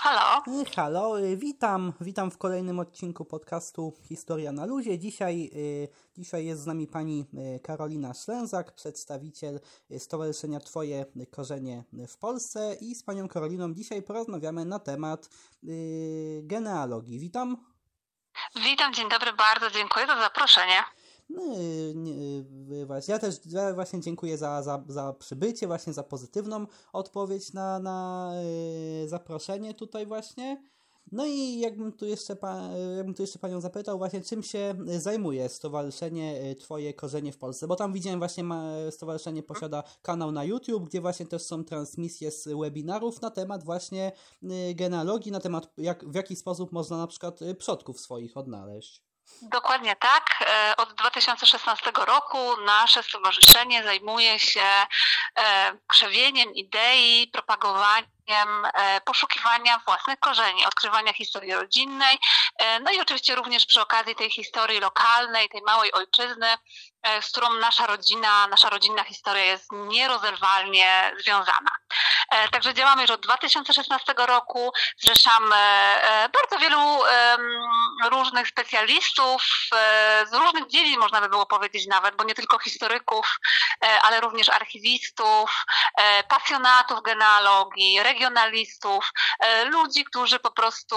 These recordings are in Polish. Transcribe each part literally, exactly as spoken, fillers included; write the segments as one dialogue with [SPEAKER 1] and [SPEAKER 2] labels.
[SPEAKER 1] Halo.
[SPEAKER 2] Halo, witam, witam w kolejnym odcinku podcastu Historia na luzie. Dzisiaj, dzisiaj jest z nami pani Karolina Ślęzak, przedstawiciel Stowarzyszenia Twoje Korzenie w Polsce, i z panią Karoliną dzisiaj porozmawiamy na temat genealogii. Witam.
[SPEAKER 1] Witam, dzień dobry, bardzo dziękuję za zaproszenie.
[SPEAKER 2] No, ja też właśnie dziękuję za, za, za przybycie, właśnie za pozytywną odpowiedź na, na zaproszenie tutaj właśnie. No i jakbym tu jeszcze, jakbym tu jeszcze panią zapytał właśnie, czym się zajmuje Stowarzyszenie Twoje Korzenie w Polsce, bo tam widziałem właśnie, stowarzyszenie posiada kanał na YouTube, gdzie właśnie też są transmisje z webinarów na temat właśnie genealogii, na temat jak, w jaki sposób można na przykład przodków swoich odnaleźć.
[SPEAKER 1] Dokładnie tak. Od dwa tysiące szesnastego roku nasze stowarzyszenie zajmuje się krzewieniem idei, propagowaniem poszukiwania własnych korzeni, odkrywania historii rodzinnej, no i oczywiście również przy okazji tej historii lokalnej, tej małej ojczyzny, z którą nasza rodzina, nasza rodzinna historia jest nierozerwalnie związana. Także działamy już od dwa tysiące szesnastego roku, zrzeszamy bardzo wielu różnych specjalistów z różnych dziedzin, można by było powiedzieć nawet, bo nie tylko historyków, ale również archiwistów, pasjonatów genealogii, regionalistów, ludzi, którzy po prostu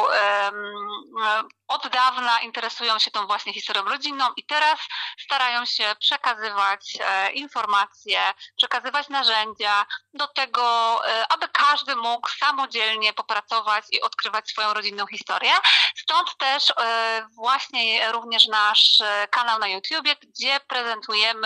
[SPEAKER 1] od dawna interesują się tą właśnie historią rodzinną i teraz starają się przekazywać informacje, przekazywać narzędzia do tego, aby każdy mógł samodzielnie popracować i odkrywać swoją rodzinną historię. Stąd też właśnie również nasz kanał na YouTubie, gdzie prezentujemy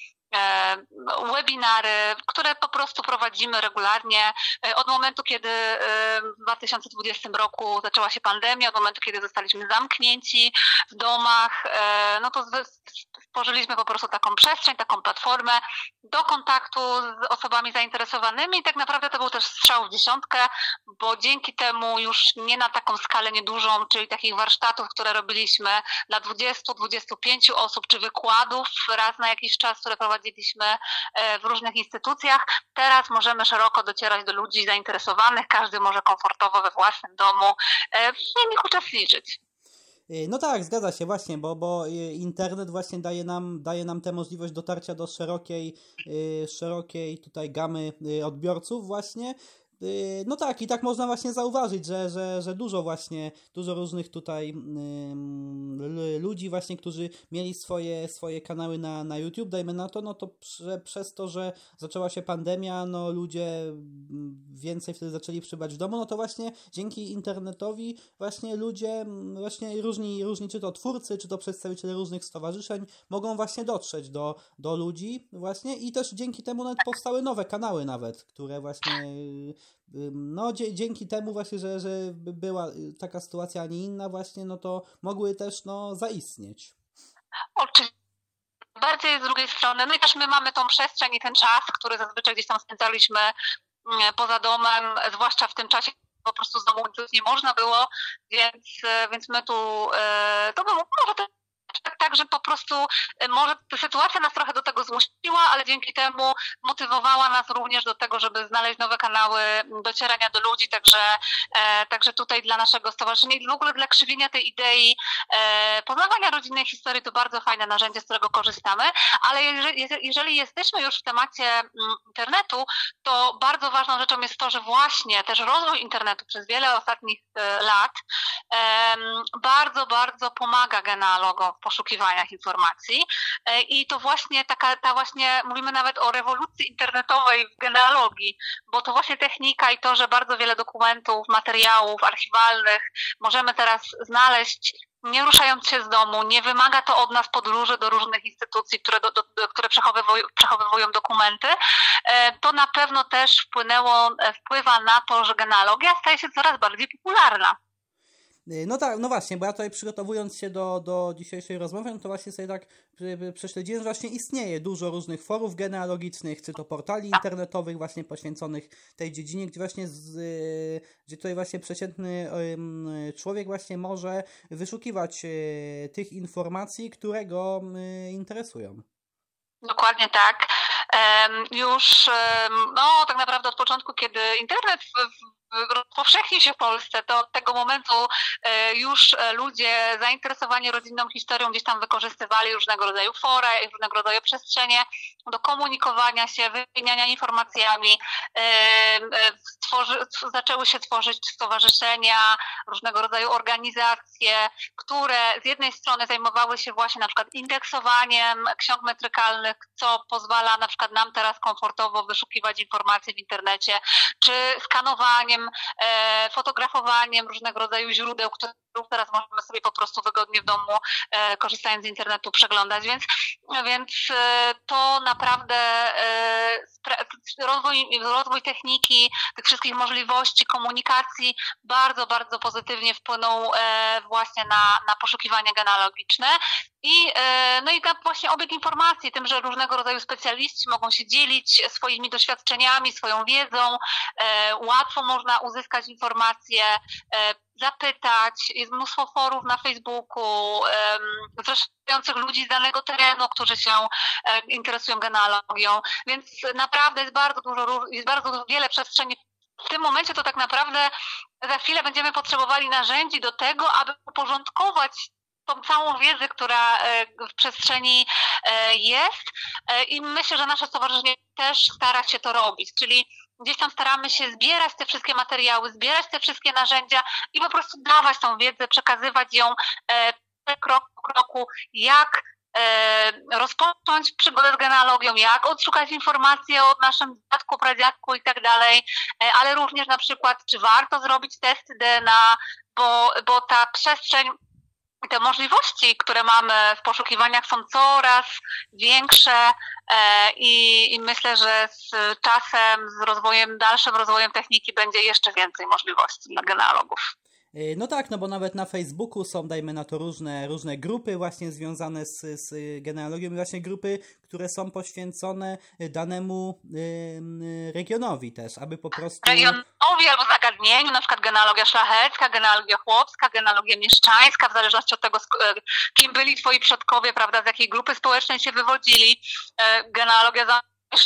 [SPEAKER 1] webinary, które po prostu prowadzimy regularnie od momentu, kiedy w dwa tysiące dwudziestym roku zaczęła się pandemia, od momentu, kiedy zostaliśmy zamknięci w domach, no to stworzyliśmy po prostu taką przestrzeń, taką platformę do kontaktu z osobami zainteresowanymi i tak naprawdę to był też strzał w dziesiątkę, bo dzięki temu już nie na taką skalę niedużą, czyli takich warsztatów, które robiliśmy dla dwudziestu, dwudziestu pięciu osób, czy wykładów raz na jakiś czas, które prowadziliśmy w różnych instytucjach. Teraz możemy szeroko docierać do ludzi zainteresowanych, każdy może komfortowo we własnym domu w nich uczestniczyć.
[SPEAKER 2] No tak, zgadza się właśnie, bo, bo internet właśnie daje nam, daje nam tę możliwość dotarcia do szerokiej, szerokiej tutaj gamy odbiorców właśnie. No tak, i tak można właśnie zauważyć, że, że, że dużo właśnie, dużo różnych tutaj ym, ludzi właśnie, którzy mieli swoje, swoje kanały na, na YouTube, dajmy na to, no to prze, przez to, że zaczęła się pandemia, no ludzie więcej wtedy zaczęli przybać w domu, no to właśnie dzięki internetowi właśnie ludzie, właśnie różni, różni czy to twórcy, czy to przedstawiciele różnych stowarzyszeń mogą właśnie dotrzeć do, do ludzi właśnie i też dzięki temu nawet powstały nowe kanały nawet, które właśnie no dzięki temu właśnie, że, że była taka sytuacja, a nie inna właśnie, no to mogły też no zaistnieć.
[SPEAKER 1] Oczywiście. Bardziej z drugiej strony, no i też my mamy tą przestrzeń i ten czas, który zazwyczaj gdzieś tam spędzaliśmy poza domem, zwłaszcza w tym czasie po prostu z domu nie można było, więc, więc my tu, to było może to tak, tak, że po prostu może ta sytuacja nas trochę do tego zmusiła, ale dzięki temu motywowała nas również do tego, żeby znaleźć nowe kanały docierania do ludzi, także, e, także tutaj dla naszego stowarzyszenia i w ogóle dla krzewienia tej idei e, poznawania rodzinnej historii to bardzo fajne narzędzie, z którego korzystamy, ale jeżeli, jeżeli jesteśmy już w temacie internetu, to bardzo ważną rzeczą jest to, że właśnie też rozwój internetu przez wiele ostatnich e, lat e, bardzo, bardzo pomaga genealogom w poszukiwaniach informacji i to właśnie taka, ta właśnie, mówimy nawet o rewolucji internetowej w genealogii, bo to właśnie technika i to, że bardzo wiele dokumentów, materiałów archiwalnych możemy teraz znaleźć nie ruszając się z domu, nie wymaga to od nas podróży do różnych instytucji, które, do, do, które przechowywują, przechowywują dokumenty, to na pewno też wpłynęło, wpływa na to, że genealogia staje się coraz bardziej popularna.
[SPEAKER 2] No tak, no właśnie, bo ja tutaj przygotowując się do, do dzisiejszej rozmowy, no to właśnie sobie tak prześledziłem, że właśnie istnieje dużo różnych forów genealogicznych, czy to portali internetowych właśnie poświęconych tej dziedzinie, gdzie właśnie z, gdzie tutaj właśnie przeciętny człowiek właśnie może wyszukiwać tych informacji, które go interesują.
[SPEAKER 1] Dokładnie tak. Już no tak naprawdę od początku, kiedy internet rozpowszechnił się w Polsce, to od tego momentu już ludzie zainteresowani rodzinną historią gdzieś tam wykorzystywali różnego rodzaju fora, różnego rodzaju przestrzenie do komunikowania się, wymieniania informacjami. Stworzy, zaczęły się tworzyć stowarzyszenia, różnego rodzaju organizacje, które z jednej strony zajmowały się właśnie na przykład indeksowaniem ksiąg metrykalnych, co pozwala na przykład nam teraz komfortowo wyszukiwać informacje w internecie, czy skanowaniem, e, fotografowaniem różnego rodzaju źródeł, które teraz możemy sobie po prostu wygodnie w domu, e, korzystając z internetu, przeglądać. Więc, więc e, to naprawdę e, rozwój, rozwój techniki, tych wszystkich możliwości komunikacji bardzo, bardzo pozytywnie wpłynął e, właśnie na, na poszukiwania genealogiczne. I, no i tak właśnie obieg informacji, tym, że różnego rodzaju specjaliści mogą się dzielić swoimi doświadczeniami, swoją wiedzą, łatwo można uzyskać informacje, zapytać, jest mnóstwo forów na Facebooku, zrzeszających ludzi z danego terenu, którzy się interesują genealogią, więc naprawdę jest bardzo dużo, jest bardzo wiele przestrzeni. W tym momencie to tak naprawdę za chwilę będziemy potrzebowali narzędzi do tego, aby uporządkować tą całą wiedzę, która w przestrzeni jest, i myślę, że nasze stowarzyszenie też stara się to robić, czyli gdzieś tam staramy się zbierać te wszystkie materiały, zbierać te wszystkie narzędzia i po prostu dawać tą wiedzę, przekazywać ją krok po kroku, jak rozpocząć przygodę z genealogią, jak odszukać informacje o naszym dziadku, pradziadku i tak dalej, ale również na przykład, czy warto zrobić testy D N A, bo, bo ta przestrzeń, te możliwości, które mamy w poszukiwaniach, są coraz większe i, i myślę, że z czasem, z rozwojem, dalszym rozwojem techniki będzie jeszcze więcej możliwości dla genealogów.
[SPEAKER 2] No tak, no bo nawet na Facebooku są, dajmy na to, różne, różne grupy właśnie związane z, z genealogią i właśnie grupy, które są poświęcone danemu y, regionowi też, aby po prostu...
[SPEAKER 1] Regionowi albo zagadnieniu, na przykład genealogia szlachecka, genealogia chłopska, genealogia mieszczańska, w zależności od tego, kim byli twoi przodkowie, prawda, z jakiej grupy społecznej się wywodzili, genealogia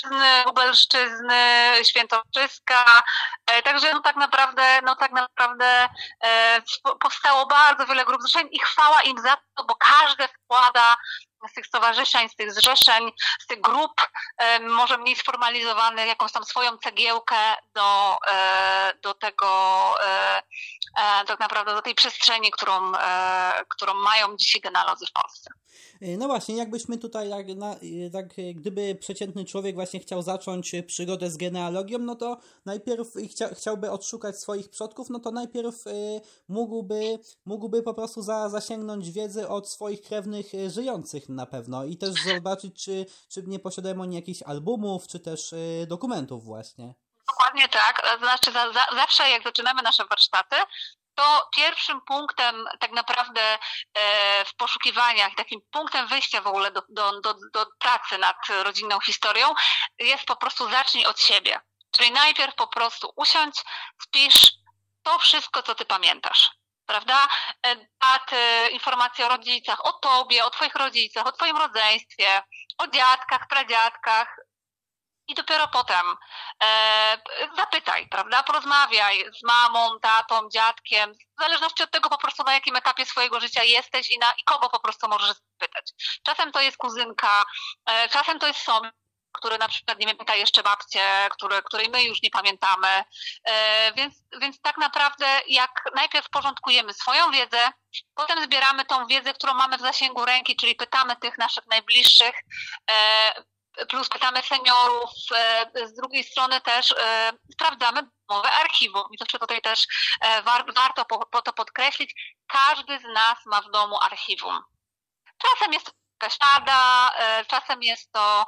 [SPEAKER 1] Lubelszczyzny, Świętokrzyska, także no tak naprawdę, no tak naprawdę e, powstało bardzo wiele grup zrzeszeń i chwała im za to, bo każdy wkłada z tych stowarzyszeń, z tych zrzeszeń, z tych grup, e, może mniej sformalizowanych, jakąś tam swoją cegiełkę do, e, do tego, e, e, tak naprawdę do tej przestrzeni, którą, e, którą mają dzisiaj genealodzy w Polsce.
[SPEAKER 2] No właśnie, jakbyśmy tutaj, jak, na, tak, gdyby przeciętny człowiek właśnie chciał zacząć przygodę z genealogią, no to najpierw chcia, chciałby odszukać swoich przodków, no to najpierw y, mógłby, mógłby po prostu za, zasięgnąć wiedzy od swoich krewnych y, żyjących na pewno i też zobaczyć, czy, czy nie posiadają oni jakichś albumów, czy też y, dokumentów właśnie.
[SPEAKER 1] Dokładnie tak, znaczy za, za, zawsze jak zaczynamy nasze warsztaty, to pierwszym punktem tak naprawdę e, w poszukiwaniach, takim punktem wyjścia w ogóle do, do, do, do pracy nad rodzinną historią jest po prostu zacznij od siebie. Czyli najpierw po prostu usiądź, spisz to wszystko, co ty pamiętasz. Prawda? Daty, informacje o rodzicach, o tobie, o twoich rodzicach, o twoim rodzeństwie, o dziadkach, pradziadkach. I dopiero potem e, zapytaj, prawda, porozmawiaj z mamą, tatą, dziadkiem, w zależności od tego po prostu, na jakim etapie swojego życia jesteś i, na, i kogo po prostu możesz zapytać. Czasem to jest kuzynka, e, czasem to jest sąsiad, który na przykład nie pamięta jeszcze babcię, który, której my już nie pamiętamy, e, więc, więc tak naprawdę jak najpierw porządkujemy swoją wiedzę, potem zbieramy tą wiedzę, którą mamy w zasięgu ręki, czyli pytamy tych naszych najbliższych, e, plus pytamy seniorów, z drugiej strony też sprawdzamy domowe archiwum. I to tutaj też warto po to podkreślić, każdy z nas ma w domu archiwum. Czasem jest to jakaś pada, czasem jest to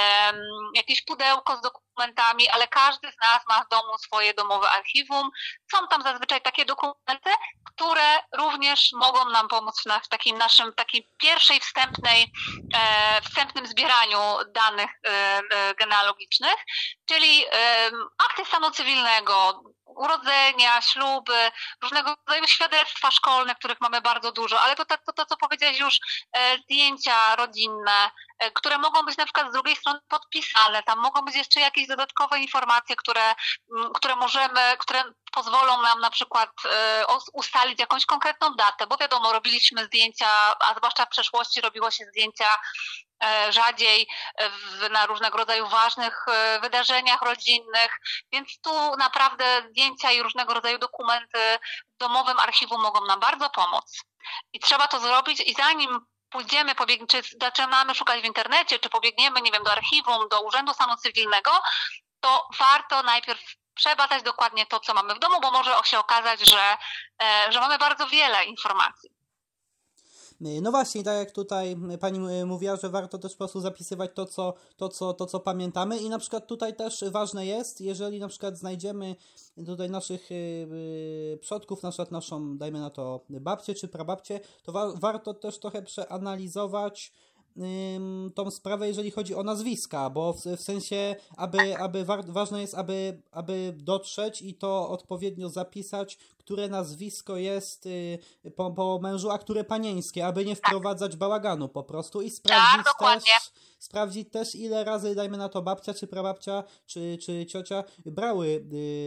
[SPEAKER 1] jakieś pudełko z dokumentami, ale każdy z nas ma w domu swoje domowe archiwum. Są tam zazwyczaj takie dokumenty, które również mogą nam pomóc w takim naszym, takiej pierwszej wstępnej, e, wstępnym zbieraniu danych e, genealogicznych, czyli e, akty stanu cywilnego, urodzenia, śluby, różnego rodzaju świadectwa szkolne, których mamy bardzo dużo, ale to, to, to, to co powiedziałeś już, e, zdjęcia rodzinne, e, które mogą być na przykład z drugiej strony podpisane, tam mogą być jeszcze jakieś dodatkowe informacje, które, m, które możemy, które pozwolą nam na przykład e, ustalić jakąś konkretną datę, bo wiadomo, robiliśmy zdjęcia, a zwłaszcza w przeszłości robiło się zdjęcia rzadziej w, na różnego rodzaju ważnych wydarzeniach rodzinnych, więc tu naprawdę zdjęcia i różnego rodzaju dokumenty w domowym archiwum mogą nam bardzo pomóc. I trzeba to zrobić i zanim pójdziemy, pobiegniemy, czy zaczynamy szukać w internecie, czy pobiegniemy, nie wiem, do archiwum, do Urzędu Stanu Cywilnego, to warto najpierw przebadać dokładnie to, co mamy w domu, bo może się okazać, że, że mamy bardzo wiele informacji.
[SPEAKER 2] No właśnie, tak jak tutaj pani mówiła, że warto też po prostu zapisywać to co, to, co, to, co pamiętamy i na przykład tutaj też ważne jest, jeżeli na przykład znajdziemy tutaj naszych yy, przodków, na przykład naszą, dajmy na to, babcię czy prababcię, to wa- warto też trochę przeanalizować tą sprawę, jeżeli chodzi o nazwiska, bo w, w sensie, aby, aby wa- ważne jest, aby, aby dotrzeć i to odpowiednio zapisać, które nazwisko jest y, po, po mężu, a które panieńskie, aby nie wprowadzać bałaganu po prostu i sprawdzić
[SPEAKER 1] tak,
[SPEAKER 2] też, sprawdzić też ile razy, dajmy na to, babcia, czy prababcia, czy, czy ciocia brały y,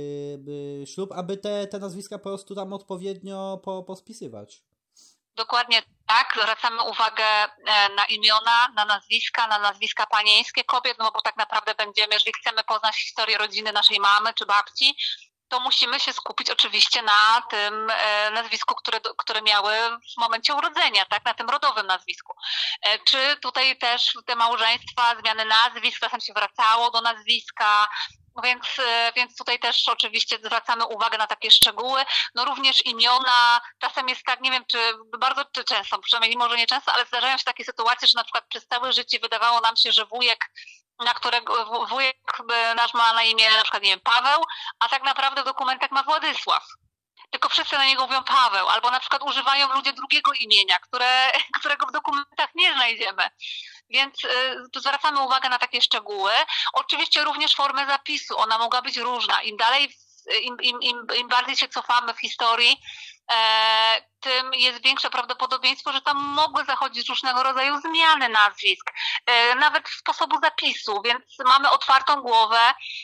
[SPEAKER 2] y, ślub, aby te, te nazwiska po prostu tam odpowiednio po, pospisywać.
[SPEAKER 1] Dokładnie tak, zwracamy uwagę na imiona, na nazwiska, na nazwiska panieńskie kobiet, no bo tak naprawdę będziemy, jeżeli chcemy poznać historię rodziny naszej mamy czy babci, to musimy się skupić oczywiście na tym nazwisku, które, które miały w momencie urodzenia, tak, na tym rodowym nazwisku. Czy tutaj też te małżeństwa, zmiany nazwisk, czasem się wracało do nazwiska, Więc, więc tutaj też oczywiście zwracamy uwagę na takie szczegóły. No również imiona, czasem jest tak, nie wiem czy bardzo czy często, przynajmniej może nie często, ale zdarzają się takie sytuacje, że na przykład przez całe życie wydawało nam się, że wujek, na którego wujek nasz ma na imię na przykład, nie wiem, Paweł, a tak naprawdę w dokumentach ma Władysław. Tylko wszyscy na niego mówią Paweł, albo na przykład używają ludzie drugiego imienia, które, którego w dokumentach nie znajdziemy. Więc y, zwracamy uwagę na takie szczegóły. Oczywiście również formę zapisu, ona mogła być różna. Im dalej, im, im, im, im bardziej się cofamy w historii, e, tym jest większe prawdopodobieństwo, że tam mogły zachodzić różnego rodzaju zmiany nazwisk, e, nawet sposobu zapisu, więc mamy otwartą głowę,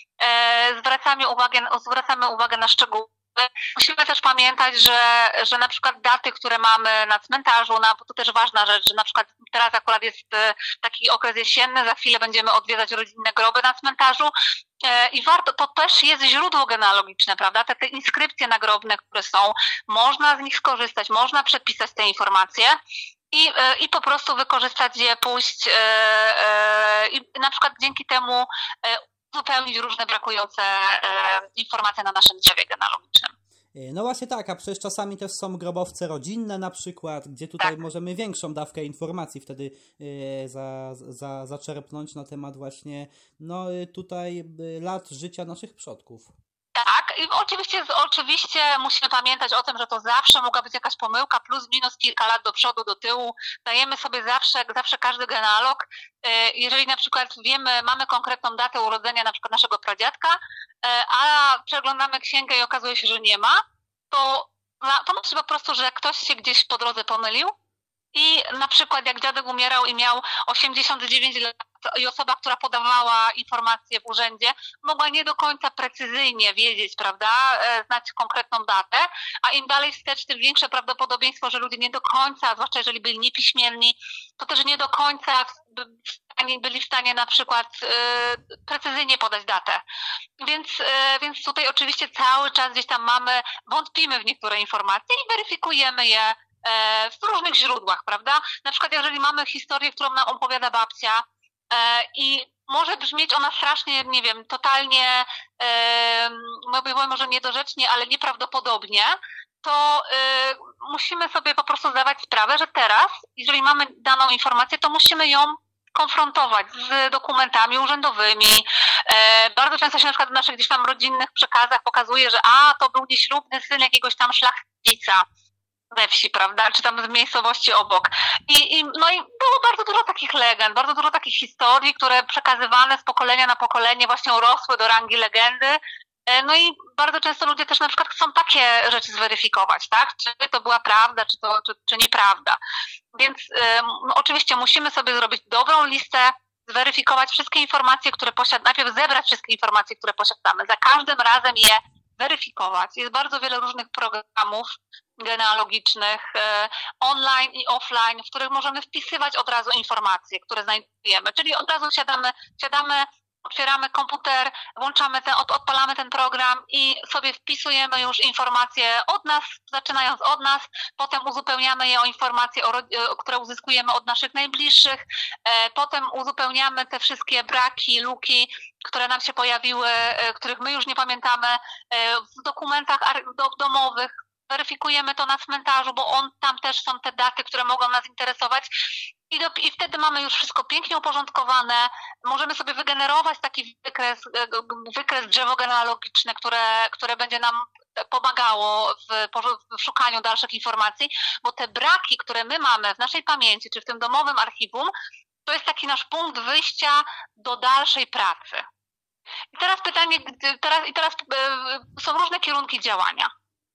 [SPEAKER 1] e, zwracamy uwagę, zwracamy uwagę na szczegóły. Musimy też pamiętać, że, że na przykład daty, które mamy na cmentarzu, na, bo to też ważna rzecz, że na przykład teraz akurat jest taki okres jesienny, za chwilę będziemy odwiedzać rodzinne groby na cmentarzu i warto, to też jest źródło genealogiczne, prawda? Te, te inskrypcje nagrobne, które są, można z nich skorzystać, można przepisać te informacje i, i po prostu wykorzystać je, pójść i na przykład dzięki temu uzupełnić różne brakujące e, informacje na naszym drzewie genealogicznym.
[SPEAKER 2] No właśnie tak, a przecież czasami też są grobowce rodzinne na przykład, gdzie tutaj tak. możemy większą dawkę informacji wtedy e, za, za, zaczerpnąć na temat właśnie no tutaj e, lat życia naszych przodków.
[SPEAKER 1] Tak, i oczywiście, oczywiście musimy pamiętać o tym, że to zawsze mogła być jakaś pomyłka, plus minus kilka lat do przodu, do tyłu. Dajemy sobie zawsze, zawsze każdy genealog. Jeżeli na przykład wiemy, mamy konkretną datę urodzenia na przykład naszego pradziadka, a przeglądamy księgę i okazuje się, że nie ma, to, to znaczy po prostu, że ktoś się gdzieś po drodze pomylił i na przykład jak dziadek umierał i miał osiemdziesiąt dziewięć lat, i osoba, która podawała informacje w urzędzie, mogła nie do końca precyzyjnie wiedzieć, prawda, znać konkretną datę, a im dalej wstecz, tym większe prawdopodobieństwo, że ludzie nie do końca, zwłaszcza jeżeli byli niepiśmienni, to też nie do końca byli w stanie na przykład precyzyjnie podać datę. Więc, więc tutaj oczywiście cały czas gdzieś tam mamy, wątpimy w niektóre informacje i weryfikujemy je w różnych źródłach, prawda? Na przykład jeżeli mamy historię, którą nam opowiada babcia, i może brzmieć ona strasznie, nie wiem, totalnie, yy, może niedorzecznie, ale nieprawdopodobnie, to yy, musimy sobie po prostu zdawać sprawę, że teraz, jeżeli mamy daną informację, to musimy ją konfrontować z dokumentami urzędowymi. Yy, bardzo często się na przykład w naszych gdzieś tam rodzinnych przekazach pokazuje, że a, to był nieślubny syn jakiegoś tam szlachcica we wsi, prawda, czy tam z miejscowości obok. I, i, no i było bardzo dużo takich legend, bardzo dużo takich historii, które przekazywane z pokolenia na pokolenie właśnie urosły do rangi legendy No i bardzo często ludzie też na przykład chcą takie rzeczy zweryfikować, tak? Czy to była prawda, czy to, czy, czy nieprawda. Więc um, oczywiście musimy sobie zrobić dobrą listę, zweryfikować wszystkie informacje, które posiadamy, najpierw zebrać wszystkie informacje, które posiadamy, za każdym razem je weryfikować. Jest bardzo wiele różnych programów genealogicznych, e, online i offline, w których możemy wpisywać od razu informacje, które znajdujemy. Czyli od razu siadamy, siadamy otwieramy komputer, włączamy ten, odpalamy ten program i sobie wpisujemy już informacje od nas, zaczynając od nas, potem uzupełniamy je o informacje, o, które uzyskujemy od naszych najbliższych, potem uzupełniamy te wszystkie braki, luki, które nam się pojawiły, których my już nie pamiętamy, w dokumentach domowych. Weryfikujemy to na cmentarzu, bo on, tam też są te daty, które mogą nas interesować. I, do, I wtedy mamy już wszystko pięknie uporządkowane. Możemy sobie wygenerować taki wykres, wykres drzewo genealogiczne, które, które będzie nam pomagało w, w szukaniu dalszych informacji, bo te braki, które my mamy w naszej pamięci, czy w tym domowym archiwum, to jest taki nasz punkt wyjścia do dalszej pracy. I teraz pytanie, teraz, i teraz są różne kierunki działania.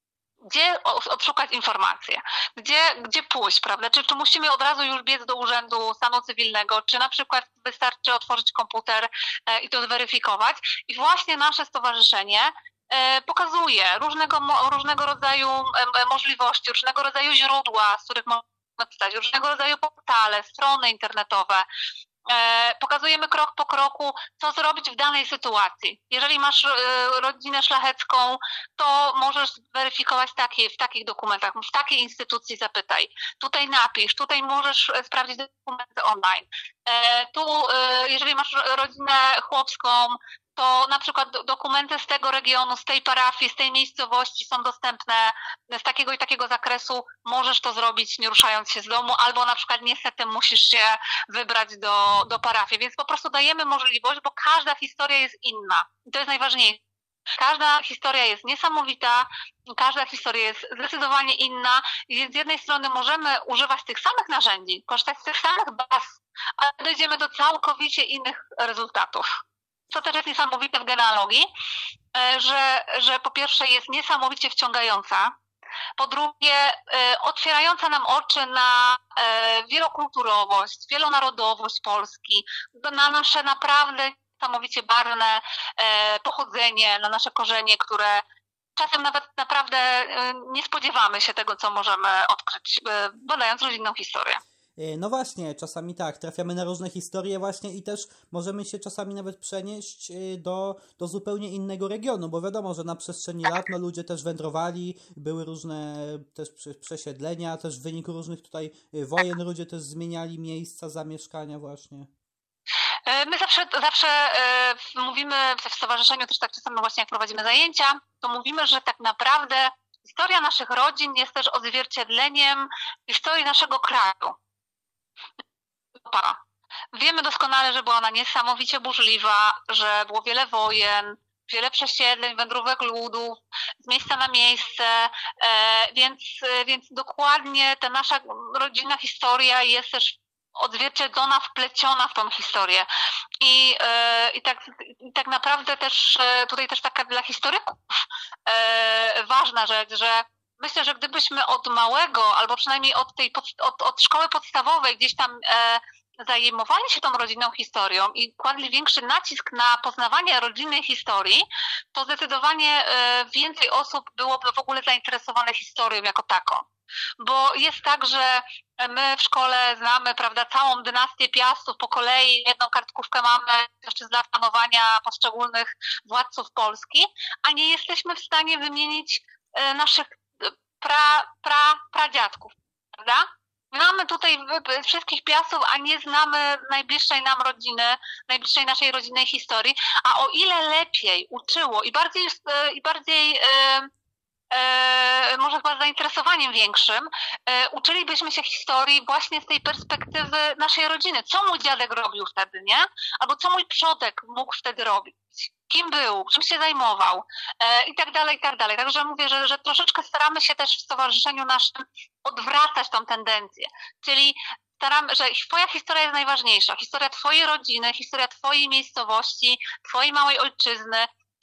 [SPEAKER 1] Gdzie odszukać informacje? Gdzie, gdzie pójść, prawda? Czy, czy musimy od razu już biec do Urzędu Stanu Cywilnego, czy na przykład wystarczy otworzyć komputer e, i to zweryfikować? I właśnie nasze stowarzyszenie e, pokazuje różnego, różnego rodzaju e, możliwości, różnego rodzaju źródła, z których możemy czytać, różnego rodzaju portale, strony internetowe. Pokazujemy krok po kroku, co zrobić w danej sytuacji. Jeżeli masz rodzinę szlachecką, to możesz weryfikować takie, w takich dokumentach, w takiej instytucji zapytaj. Tutaj napisz, tutaj możesz sprawdzić dokumenty online. Tu, jeżeli masz rodzinę chłopską, to na przykład dokumenty z tego regionu, z tej parafii, z tej miejscowości są dostępne z takiego i takiego zakresu. Możesz to zrobić, nie ruszając się z domu, albo na przykład niestety musisz się wybrać do, do parafii. Więc po prostu dajemy możliwość, bo każda historia jest inna. I to jest najważniejsze. Każda historia jest niesamowita, każda historia jest zdecydowanie inna. I z jednej strony możemy używać tych samych narzędzi, korzystać z tych samych baz, ale dojdziemy do całkowicie innych rezultatów. Co też jest niesamowite w genealogii, że, że po pierwsze jest niesamowicie wciągająca, po drugie otwierająca nam oczy na wielokulturowość, wielonarodowość Polski, na nasze naprawdę niesamowicie barwne pochodzenie, na nasze korzenie, które czasem nawet naprawdę nie spodziewamy się tego, co możemy odkryć, badając rodzinną historię.
[SPEAKER 2] No właśnie, czasami tak, trafiamy na różne historie właśnie i też możemy się czasami nawet przenieść do, do zupełnie innego regionu, bo wiadomo, że na przestrzeni lat no, ludzie też wędrowali, były różne też przesiedlenia, też w wyniku różnych tutaj wojen ludzie też zmieniali miejsca zamieszkania właśnie.
[SPEAKER 1] My zawsze, zawsze mówimy w stowarzyszeniu, też tak czasami właśnie jak prowadzimy zajęcia, to mówimy, że tak naprawdę historia naszych rodzin jest też odzwierciedleniem historii naszego kraju. Wiemy doskonale, że była ona niesamowicie burzliwa, że było wiele wojen, wiele przesiedleń, wędrówek ludów, z miejsca na miejsce, więc, więc dokładnie ta nasza rodzinna historia jest też odzwierciedlona, wpleciona w tą historię. I, i, tak, i tak naprawdę też tutaj też taka dla historyków ważna rzecz, że myślę, że gdybyśmy od małego, albo przynajmniej od tej od, od szkoły podstawowej gdzieś tam e, zajmowali się tą rodzinną historią i kładli większy nacisk na poznawanie rodzinnej historii, to zdecydowanie e, więcej osób byłoby w ogóle zainteresowane historią jako taką. Bo jest tak, że my w szkole znamy, prawda, całą dynastię Piastów po kolei, jedną kartkówkę mamy jeszcze z lat panowania poszczególnych władców Polski, a nie jesteśmy w stanie wymienić e, naszych pra, pra, pradziadków, prawda? Mamy tutaj wszystkich Piastów, a nie znamy najbliższej nam rodziny, najbliższej naszej rodzinnej historii, a o ile lepiej uczyło i bardziej, i bardziej e, e, może chyba z zainteresowaniem większym, e, uczylibyśmy się historii właśnie z tej perspektywy naszej rodziny. Co mój dziadek robił wtedy, nie? Albo co mój przodek mógł wtedy robić? Kim był, czym się zajmował e, i tak dalej, i tak dalej. Także mówię, że, że troszeczkę staramy się też w stowarzyszeniu naszym odwracać tą tendencję. Czyli staramy, że twoja historia jest najważniejsza. Historia twojej rodziny, historia twojej miejscowości, twojej małej ojczyzny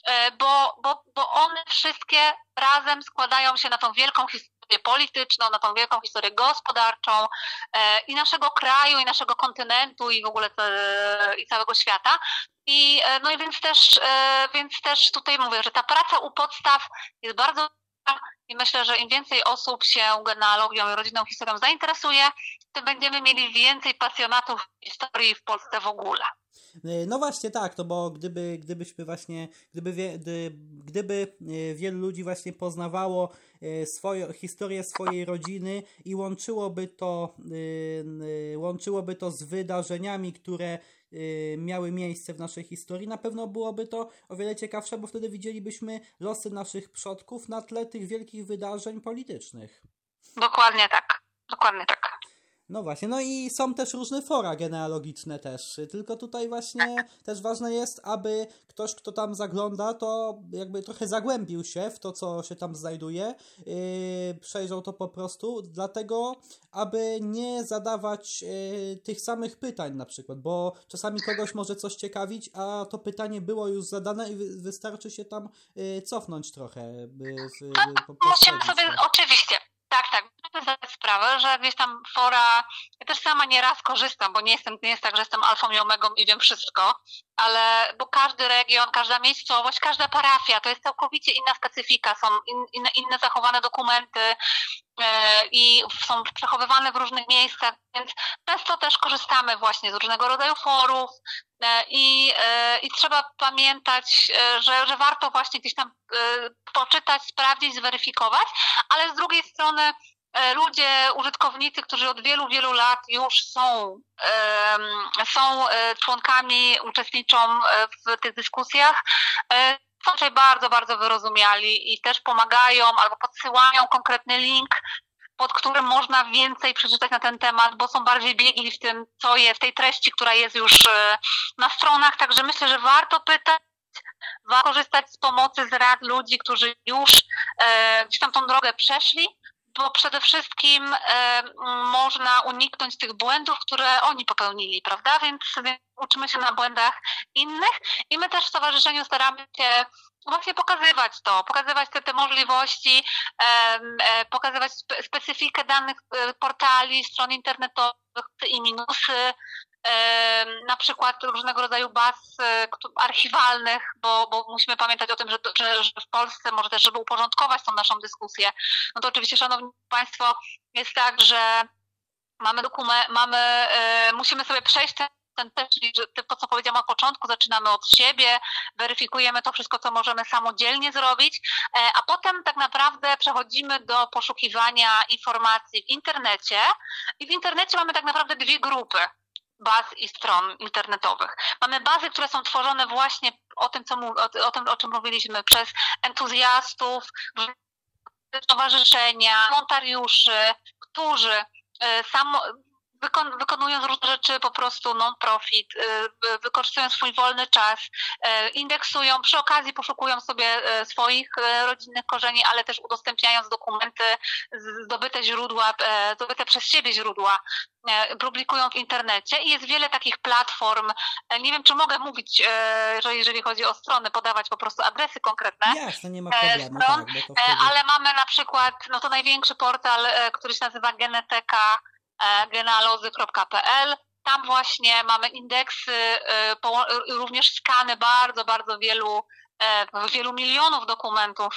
[SPEAKER 1] bo, bo, bo one wszystkie razem składają się na tą wielką historię polityczną, na tą wielką historię gospodarczą i naszego kraju, i naszego kontynentu, i w ogóle i całego świata. I no i więc też, więc też tutaj mówię, że ta praca u podstaw jest bardzo i myślę, że im więcej osób się genealogią i rodzinną historią zainteresuje, tym będziemy mieli więcej pasjonatów historii w Polsce w ogóle.
[SPEAKER 2] No właśnie tak, to bo gdyby, gdybyśmy właśnie, gdyby, wie, gdy, gdyby wielu ludzi właśnie poznawało swoją historię swojej rodziny i łączyłoby to, łączyłoby to z wydarzeniami, które miały miejsce w naszej historii, na pewno byłoby to o wiele ciekawsze, bo wtedy widzielibyśmy losy naszych przodków na tle tych wielkich wydarzeń politycznych.
[SPEAKER 1] Dokładnie tak, dokładnie tak.
[SPEAKER 2] No właśnie, no i są też różne fora genealogiczne też, tylko tutaj właśnie też ważne jest, aby ktoś, kto tam zagląda, to jakby trochę zagłębił się w to, co się tam znajduje, yy, przejrzał to po prostu, dlatego, aby nie zadawać yy, tych samych pytań na przykład, bo czasami kogoś może coś ciekawić, a to pytanie było już zadane i wy, wystarczy się tam yy, cofnąć trochę. Yy, w,
[SPEAKER 1] po, musimy sobie, to. Oczywiście. Tak, tak. Muszę zdać sprawę, że gdzieś tam fora, ja też sama nieraz korzystam, bo nie jestem, nie jest tak, że jestem alfą i omegą i wiem wszystko, ale bo każdy region, każda miejscowość, każda parafia to jest całkowicie inna specyfika, są in, inne, inne zachowane dokumenty yy, i są przechowywane w różnych miejscach, więc często też korzystamy właśnie z różnego rodzaju forów yy, i, yy, i trzeba pamiętać, yy, że, że warto właśnie gdzieś tam yy, poczytać, sprawdzić, zweryfikować, ale z drugiej strony ludzie, użytkownicy, którzy od wielu, wielu lat już są, są członkami, uczestniczą w tych dyskusjach, są tutaj bardzo, bardzo wyrozumiali i też pomagają albo podsyłają konkretny link, pod którym można więcej przeczytać na ten temat, bo są bardziej biegli w tym, co jest, w tej treści, która jest już na stronach, także myślę, że warto pytać, warto korzystać z pomocy, z rad ludzi, którzy już gdzieś tam tą drogę przeszli, bo przede wszystkim e, można uniknąć tych błędów, które oni popełnili, prawda? Więc, więc uczymy się na błędach innych i my też w stowarzyszeniu staramy się właśnie pokazywać to, pokazywać te, te możliwości, e, e, pokazywać spe, specyfikę danych e, portali, stron internetowych i minusy, na przykład różnego rodzaju baz archiwalnych, bo, bo musimy pamiętać o tym, że, że, że w Polsce, może też, żeby uporządkować tą naszą dyskusję, no to oczywiście, szanowni państwo, jest tak, że mamy dokument, mamy, musimy sobie przejść ten ten też, czyli że to, co powiedziałam od początku, zaczynamy od siebie, weryfikujemy to wszystko, co możemy samodzielnie zrobić, a potem tak naprawdę przechodzimy do poszukiwania informacji w internecie i w internecie mamy tak naprawdę dwie grupy baz i stron internetowych. Mamy bazy, które są tworzone właśnie o tym, co, o, o tym, o czym mówiliśmy, przez entuzjastów, stowarzyszenia, wolontariuszy, którzy sam wykon, wykonując różne rzeczy po prostu non-profit, wykorzystują swój wolny czas, indeksują, przy okazji poszukują sobie swoich rodzinnych korzeni, ale też udostępniając dokumenty, zdobyte źródła, zdobyte przez siebie źródła, publikują w internecie i jest wiele takich platform. Nie wiem, czy mogę mówić, że jeżeli chodzi o strony, podawać po prostu adresy konkretne.
[SPEAKER 2] Jasne, nie ma problemu.
[SPEAKER 1] Stron,
[SPEAKER 2] tak, bo to wtedy...
[SPEAKER 1] Ale mamy na przykład, no to największy portal, który się nazywa Geneteka, genealozy kropka p l. Tam właśnie mamy indeksy, również skany bardzo, bardzo wielu wielu milionów dokumentów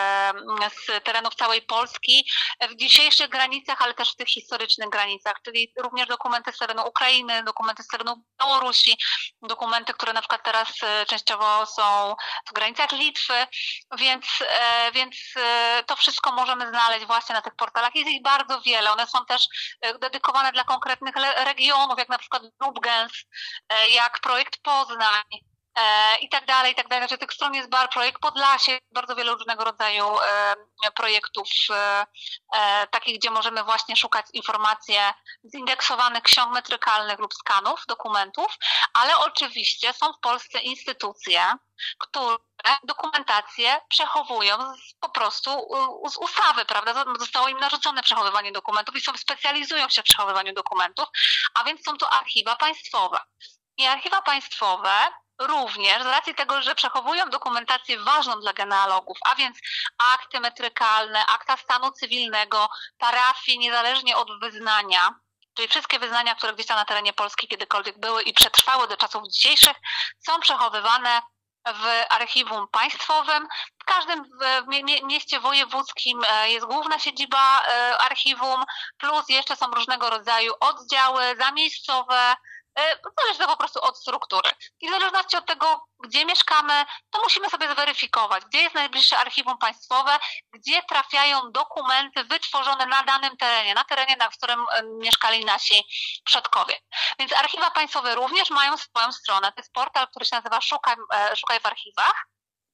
[SPEAKER 1] z terenów całej Polski w dzisiejszych granicach, ale też w tych historycznych granicach, czyli również dokumenty z terenu Ukrainy, dokumenty z terenu Białorusi, dokumenty, które na przykład teraz częściowo są w granicach Litwy, więc, więc to wszystko możemy znaleźć właśnie na tych portalach. Jest ich bardzo wiele, one są też dedykowane dla konkretnych regionów, jak na przykład Lubgens, jak projekt Poznań, i tak dalej, i tak dalej. Znaczy, tych stron jest bar, projekt Podlasie, bardzo wiele różnego rodzaju e, projektów e, e, takich, gdzie możemy właśnie szukać informacji zindeksowanych ksiąg metrykalnych lub skanów, dokumentów, ale oczywiście są w Polsce instytucje, które dokumentację przechowują z, po prostu z ustawy, prawda? Zostało im narzucone przechowywanie dokumentów i są, specjalizują się w przechowywaniu dokumentów, a więc są to archiwa państwowe. I archiwa państwowe również z racji tego, że przechowują dokumentację ważną dla genealogów, a więc akty metrykalne, akta stanu cywilnego, parafii, niezależnie od wyznania, czyli wszystkie wyznania, które gdzieś tam na terenie Polski kiedykolwiek były i przetrwały do czasów dzisiejszych, są przechowywane w archiwum państwowym. W każdym mieście wojewódzkim jest główna siedziba archiwum, plus jeszcze są różnego rodzaju oddziały zamiejscowe, zależy to po prostu od struktury. I w zależności od tego, gdzie mieszkamy, to musimy sobie zweryfikować, gdzie jest najbliższe archiwum państwowe, gdzie trafiają dokumenty wytworzone na danym terenie, na terenie, na którym mieszkali nasi przodkowie. Więc archiwa państwowe również mają swoją stronę. To jest portal, który się nazywa Szukaj, Szukaj w archiwach.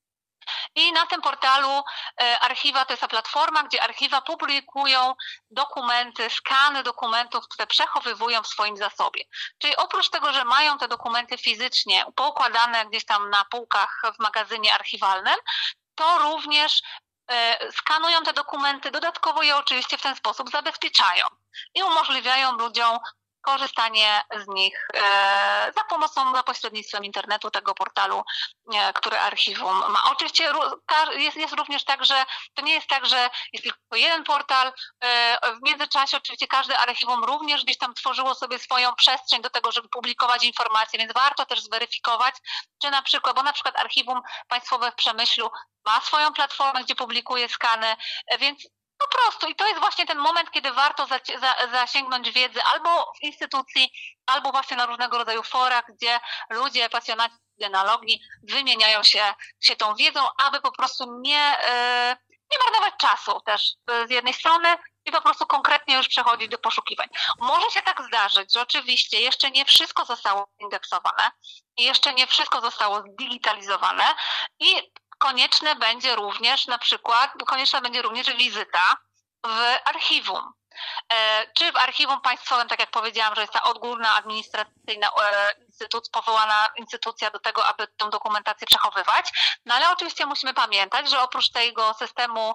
[SPEAKER 1] I na tym portalu archiwa to jest ta platforma, gdzie archiwa publikują dokumenty, skany dokumentów, które przechowywują w swoim zasobie. Czyli oprócz tego, że mają te dokumenty fizycznie poukładane gdzieś tam na półkach w magazynie archiwalnym, to również skanują te dokumenty, dodatkowo je oczywiście w ten sposób zabezpieczają i umożliwiają ludziom korzystanie z nich e, za pomocą, za pośrednictwem internetu, tego portalu, e, który archiwum ma. Oczywiście jest, jest również tak, że to nie jest tak, że jest tylko jeden portal. E, w międzyczasie oczywiście każde archiwum również gdzieś tam tworzyło sobie swoją przestrzeń do tego, żeby publikować informacje, więc warto też zweryfikować, czy na przykład, bo na przykład Archiwum Państwowe w Przemyślu ma swoją platformę, gdzie publikuje skany, e, więc po prostu i to jest właśnie ten moment, kiedy warto za, za, zasięgnąć wiedzy albo w instytucji, albo właśnie na różnego rodzaju forach, gdzie ludzie, pasjonaci genealogii wymieniają się, się tą wiedzą, aby po prostu nie, yy, nie marnować czasu też z jednej strony i po prostu konkretnie już przechodzić do poszukiwań. Może się tak zdarzyć, że oczywiście jeszcze nie wszystko zostało indeksowane i jeszcze nie wszystko zostało zdigitalizowane i konieczne będzie również na przykład, konieczna będzie również wizyta w archiwum. Czy w archiwum państwowym, tak jak powiedziałam, że jest ta odgórna administracyjna instytuc, powołana instytucja do tego, aby tę dokumentację przechowywać. No ale oczywiście musimy pamiętać, że oprócz tego systemu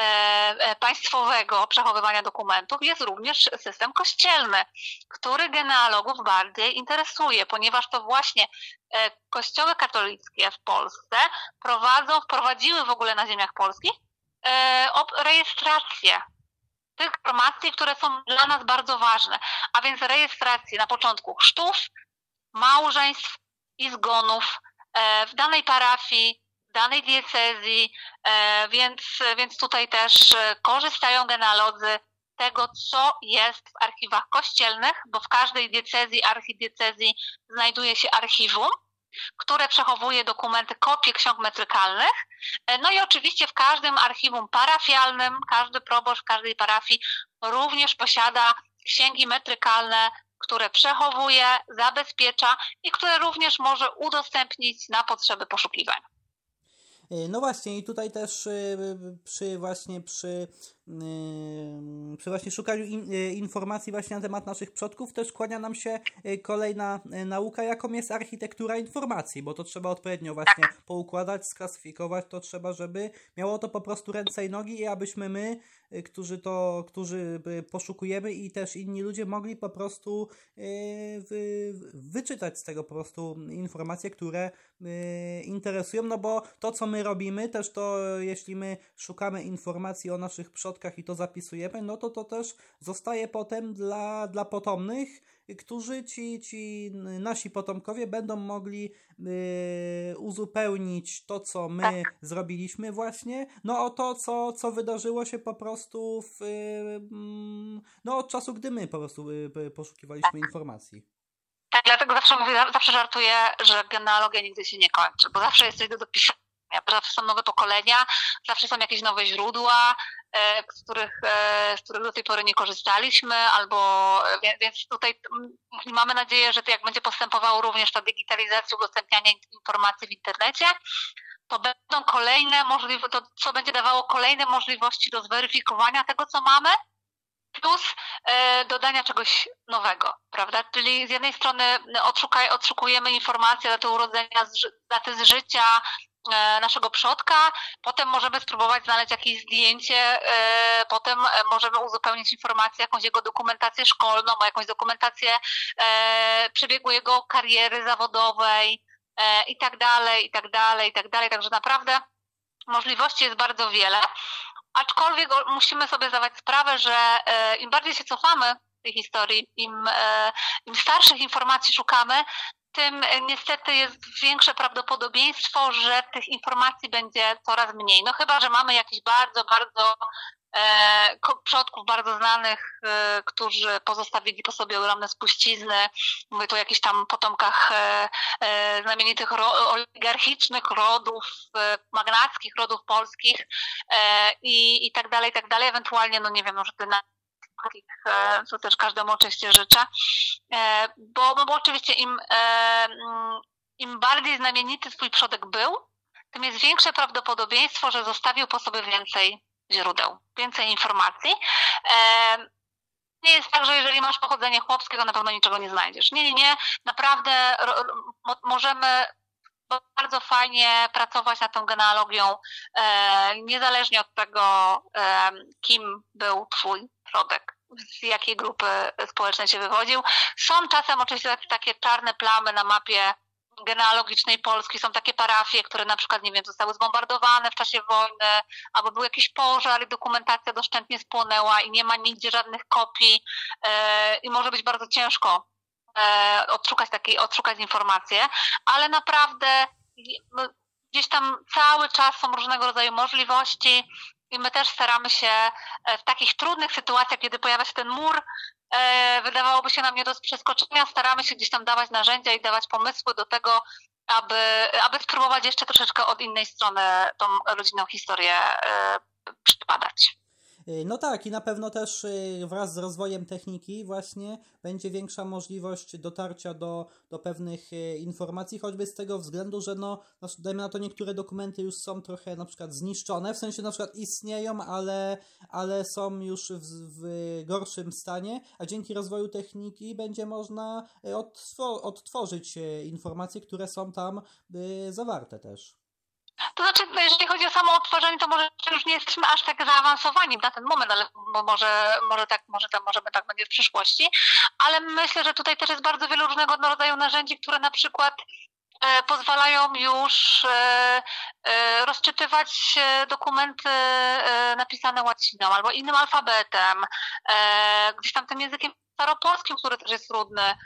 [SPEAKER 1] państwowego przechowywania dokumentów jest również system kościelny, który genealogów bardziej interesuje, ponieważ to właśnie kościoły katolickie w Polsce prowadzą, wprowadziły w ogóle na ziemiach polskich rejestrację tych informacji, które są dla nas bardzo ważne, a więc rejestrację na początku chrztów, małżeństw i zgonów w danej parafii, w danej diecezji, więc, więc tutaj też korzystają genealodzy tego, co jest w archiwach kościelnych, bo w każdej diecezji, archidiecezji znajduje się archiwum, które przechowuje dokumenty, kopie ksiąg metrykalnych. No i oczywiście w każdym archiwum parafialnym, każdy proboszcz w każdej parafii również posiada księgi metrykalne, które przechowuje, zabezpiecza i które również może udostępnić na potrzeby poszukiwań.
[SPEAKER 2] No właśnie i tutaj też przy właśnie przy, przy właśnie szukaniu informacji właśnie na temat naszych przodków też kłania nam się kolejna nauka, jaką jest architektura informacji, bo to trzeba odpowiednio właśnie poukładać, sklasyfikować, to trzeba, żeby miało to po prostu ręce i nogi i abyśmy my, którzy to, którzy poszukujemy i też inni ludzie mogli po prostu wyczytać z tego po prostu informacje, które interesują, no bo to, co my robimy, też to, jeśli my szukamy informacji o naszych przodkach i to zapisujemy, no to to też zostaje potem dla, dla potomnych, którzy ci, ci nasi potomkowie będą mogli y, uzupełnić to, co my tak. zrobiliśmy właśnie, no o to, co, co wydarzyło się po prostu w, y, no od czasu, gdy my po prostu y, poszukiwaliśmy tak. informacji.
[SPEAKER 1] Tak, dlatego zawsze mówię, zawsze żartuję, że genealogia nigdy się nie kończy, bo zawsze jest coś do dopisania, zawsze są nowe pokolenia, zawsze są jakieś nowe źródła, z których, z których do tej pory nie korzystaliśmy, albo więc tutaj mamy nadzieję, że to jak będzie postępowało również ta digitalizacja, udostępnianie informacji w internecie, to będą kolejne możliwości, to co będzie dawało kolejne możliwości do zweryfikowania tego, co mamy, plus e, dodania czegoś nowego, prawda? Czyli z jednej strony odszukaj, odszukujemy informacje na te urodzenia, daty z życia e, naszego przodka, potem możemy spróbować znaleźć jakieś zdjęcie, e, potem możemy uzupełnić informację, jakąś jego dokumentację szkolną, jakąś dokumentację e, przebiegu jego kariery zawodowej, i tak dalej, i tak dalej, i tak dalej. Także naprawdę możliwości jest bardzo wiele, aczkolwiek musimy sobie zdawać sprawę, że im bardziej się cofamy w tej historii, im, im starszych informacji szukamy, tym niestety jest większe prawdopodobieństwo, że tych informacji będzie coraz mniej. No chyba że mamy jakichś bardzo, bardzo e, przodków bardzo znanych, e, którzy pozostawili po sobie ogromne spuścizny. Mówię tu o jakichś tam potomkach e, e, znamienitych ro, oligarchicznych rodów, e, magnackich rodów polskich e, i, i tak dalej, i tak dalej. Ewentualnie, no nie wiem, może dynastii, co też każdemu oczywiście życzę, bo, bo oczywiście im, im bardziej znamienity twój przodek był, tym jest większe prawdopodobieństwo, że zostawił po sobie więcej źródeł, więcej informacji. Nie jest tak, że jeżeli masz pochodzenie chłopskie, to na pewno niczego nie znajdziesz. Nie, nie, nie. Naprawdę możemy bardzo fajnie pracować nad tą genealogią, niezależnie od tego, kim był twój przodek, z jakiej grupy społecznej się wywodził. Są czasem oczywiście takie czarne plamy na mapie genealogicznej Polski, są takie parafie, które na przykład, nie wiem, zostały zbombardowane w czasie wojny, albo był jakiś pożar i dokumentacja doszczętnie spłonęła i nie ma nigdzie żadnych kopii i może być bardzo ciężko odszukać takiej, odszukać informacje, ale naprawdę gdzieś tam cały czas są różnego rodzaju możliwości i my też staramy się w takich trudnych sytuacjach, kiedy pojawia się ten mur, wydawałoby się nam nie do przeskoczenia, staramy się gdzieś tam dawać narzędzia i dawać pomysły do tego, aby, aby spróbować jeszcze troszeczkę od innej strony tą rodzinną historię przebadać.
[SPEAKER 2] No tak, i na pewno też wraz z rozwojem techniki właśnie będzie większa możliwość dotarcia do, do pewnych informacji, choćby z tego względu, że no, dajmy na to, niektóre dokumenty już są trochę na przykład zniszczone, w sensie na przykład istnieją, ale, ale są już w, w gorszym stanie, a dzięki rozwoju techniki będzie można odtwor- odtworzyć informacje, które są tam zawarte też.
[SPEAKER 1] To znaczy, no jeżeli chodzi o samo odtworzenie, to może już nie jesteśmy aż tak zaawansowani na ten moment, ale może, może tak, może tam, możemy tak będzie w przyszłości, ale myślę, że tutaj też jest bardzo wiele różnego rodzaju narzędzi, które na przykład e, pozwalają już e, e, rozczytywać dokumenty e, napisane łaciną albo innym alfabetem, e, gdzieś tam tym językiem staropolskim, który też jest trudny. E,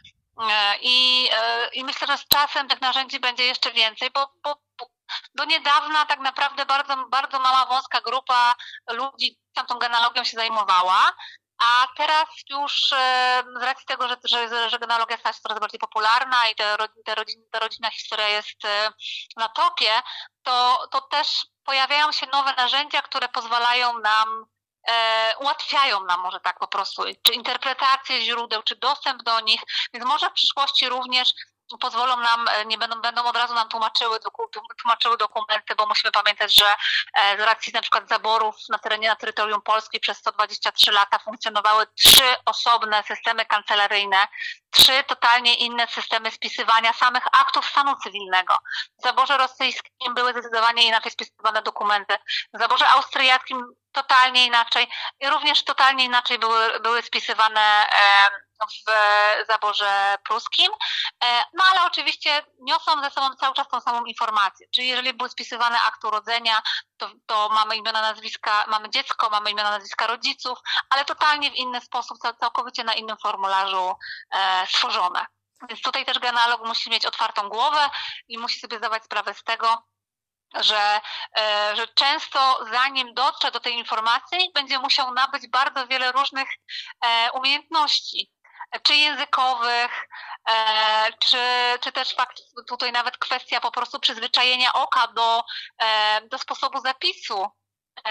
[SPEAKER 1] i, e, I myślę, że z czasem tych narzędzi będzie jeszcze więcej, bo, bo do niedawna tak naprawdę bardzo, bardzo mała, wąska grupa ludzi tą genealogią się zajmowała, a teraz już z racji tego, że, że, że genealogia stała się coraz bardziej popularna i ta, ta, rodzin, ta rodzinna historia jest na topie, to, to też pojawiają się nowe narzędzia, które pozwalają nam, e, ułatwiają nam może tak po prostu, czy interpretację źródeł, czy dostęp do nich, więc może w przyszłości również pozwolą nam, nie będą, będą od razu nam tłumaczyły, tłumaczyły dokumenty, bo musimy pamiętać, że z racji na przykład zaborów na terenie, na terytorium Polski przez sto dwadzieścia trzy lata funkcjonowały trzy osobne systemy kancelaryjne, trzy totalnie inne systemy spisywania samych aktów stanu cywilnego. W zaborze rosyjskim były zdecydowanie inaczej spisywane dokumenty, w zaborze austriackim totalnie inaczej i również totalnie inaczej były, były spisywane w zaborze pruskim, no ale oczywiście niosą ze sobą cały czas tą samą informację, czyli jeżeli były spisywane akt urodzenia, to, to mamy imiona, nazwiska, mamy dziecko, mamy imiona, nazwiska rodziców, ale totalnie w inny sposób, całkowicie na innym formularzu e, stworzone. Więc tutaj też genealog musi mieć otwartą głowę i musi sobie zdawać sprawę z tego, że, e, że często zanim dotrze do tej informacji, będzie musiał nabyć bardzo wiele różnych e, umiejętności, czy językowych, e, czy, czy też fakt, tutaj nawet kwestia po prostu przyzwyczajenia oka do, e, do sposobu zapisu e,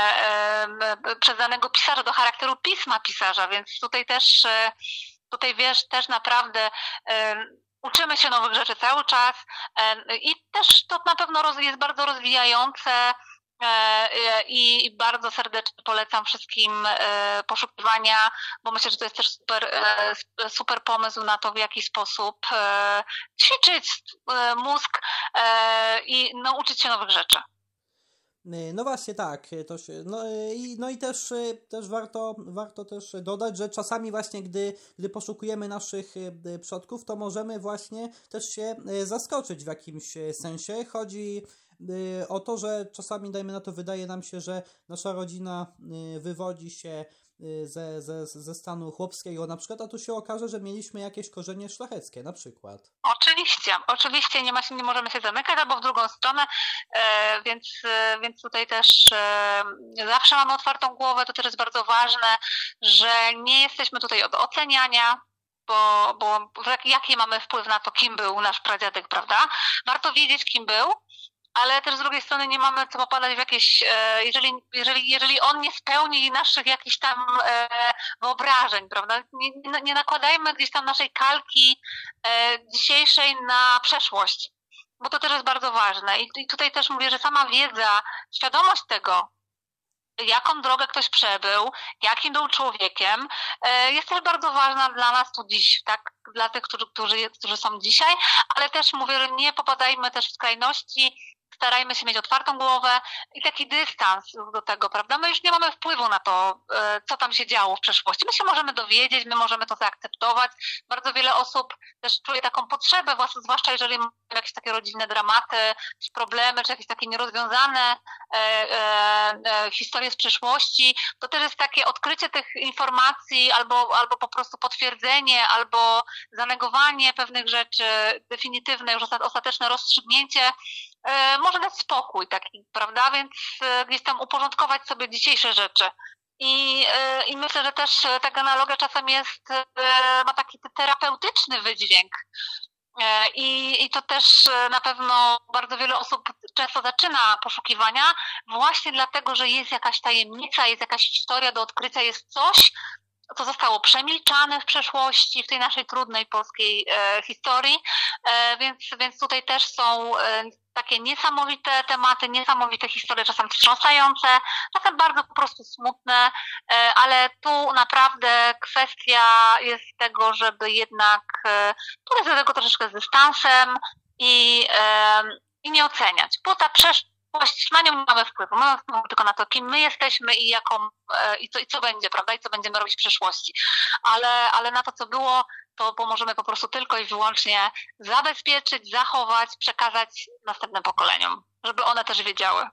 [SPEAKER 1] e, przez danego pisarza, do charakteru pisma pisarza, więc tutaj też, e, tutaj wiesz, też naprawdę e, uczymy się nowych rzeczy cały czas e, i też to na pewno roz, jest bardzo rozwijające. I bardzo serdecznie polecam wszystkim poszukiwania, bo myślę, że to jest też super, super pomysł na to, w jaki sposób ćwiczyć mózg i nauczyć się nowych rzeczy.
[SPEAKER 2] No właśnie tak, to się, no, i, no i też, też warto, warto też dodać, że czasami właśnie gdy, gdy poszukujemy naszych przodków, to możemy właśnie też się zaskoczyć w jakimś sensie. Chodzi o to, że czasami, dajmy na to, wydaje nam się, że nasza rodzina wywodzi się ze, ze, ze stanu chłopskiego na przykład, a tu się okaże, że mieliśmy jakieś korzenie szlacheckie na przykład.
[SPEAKER 1] Oczywiście, oczywiście nie, ma się, nie możemy się zamykać albo w drugą stronę, e, więc, e, więc tutaj też e, zawsze mamy otwartą głowę, to też jest bardzo ważne, że nie jesteśmy tutaj od oceniania, bo, bo jaki mamy wpływ na to, kim był nasz pradziadek, prawda? Warto wiedzieć, kim był, ale też z drugiej strony nie mamy co popadać w jakieś, jeżeli, jeżeli, jeżeli on nie spełni naszych jakichś tam wyobrażeń, prawda? Nie, nie nakładajmy gdzieś tam naszej kalki dzisiejszej na przeszłość, bo to też jest bardzo ważne. I, i tutaj też mówię, że sama wiedza, świadomość tego, jaką drogę ktoś przebył, jakim był człowiekiem, jest też bardzo ważna dla nas tu dziś, tak? Dla tych, którzy, którzy, którzy są dzisiaj, ale też mówię, że nie popadajmy też w skrajności, starajmy się mieć otwartą głowę i taki dystans do tego, prawda? My już nie mamy wpływu na to, co tam się działo w przeszłości. My się możemy dowiedzieć, my możemy to zaakceptować. Bardzo wiele osób też czuje taką potrzebę, zwłaszcza jeżeli mają jakieś takie rodzinne dramaty, czy problemy, czy jakieś takie nierozwiązane e, e, historie z przeszłości. To też jest takie odkrycie tych informacji albo, albo po prostu potwierdzenie, albo zanegowanie pewnych rzeczy, definitywne, już ostateczne rozstrzygnięcie, może dać spokój taki, prawda? Więc gdzieś tam uporządkować sobie dzisiejsze rzeczy. I, i myślę, że też taka analogia czasem jest, ma taki terapeutyczny wydźwięk. I, I to też na pewno bardzo wiele osób często zaczyna poszukiwania właśnie dlatego, że jest jakaś tajemnica, jest jakaś historia do odkrycia, jest coś, co zostało przemilczane w przeszłości, w tej naszej trudnej polskiej e, historii, e, więc, więc tutaj też są e, takie niesamowite tematy, niesamowite historie, czasem wstrząsające, czasem bardzo po prostu smutne, e, ale tu naprawdę kwestia jest tego, żeby jednak e, podejść do tego troszeczkę z dystansem i, e, i nie oceniać, bo ta przeszłość, na nią nie mamy wpływu, mamy wpływ tylko na to, kim my jesteśmy i jaką, i co, i co będzie, prawda, i co będziemy robić w przyszłości. Ale, ale na to, co było, to pomożemy po prostu tylko i wyłącznie zabezpieczyć, zachować, przekazać następnym pokoleniom, żeby one też wiedziały.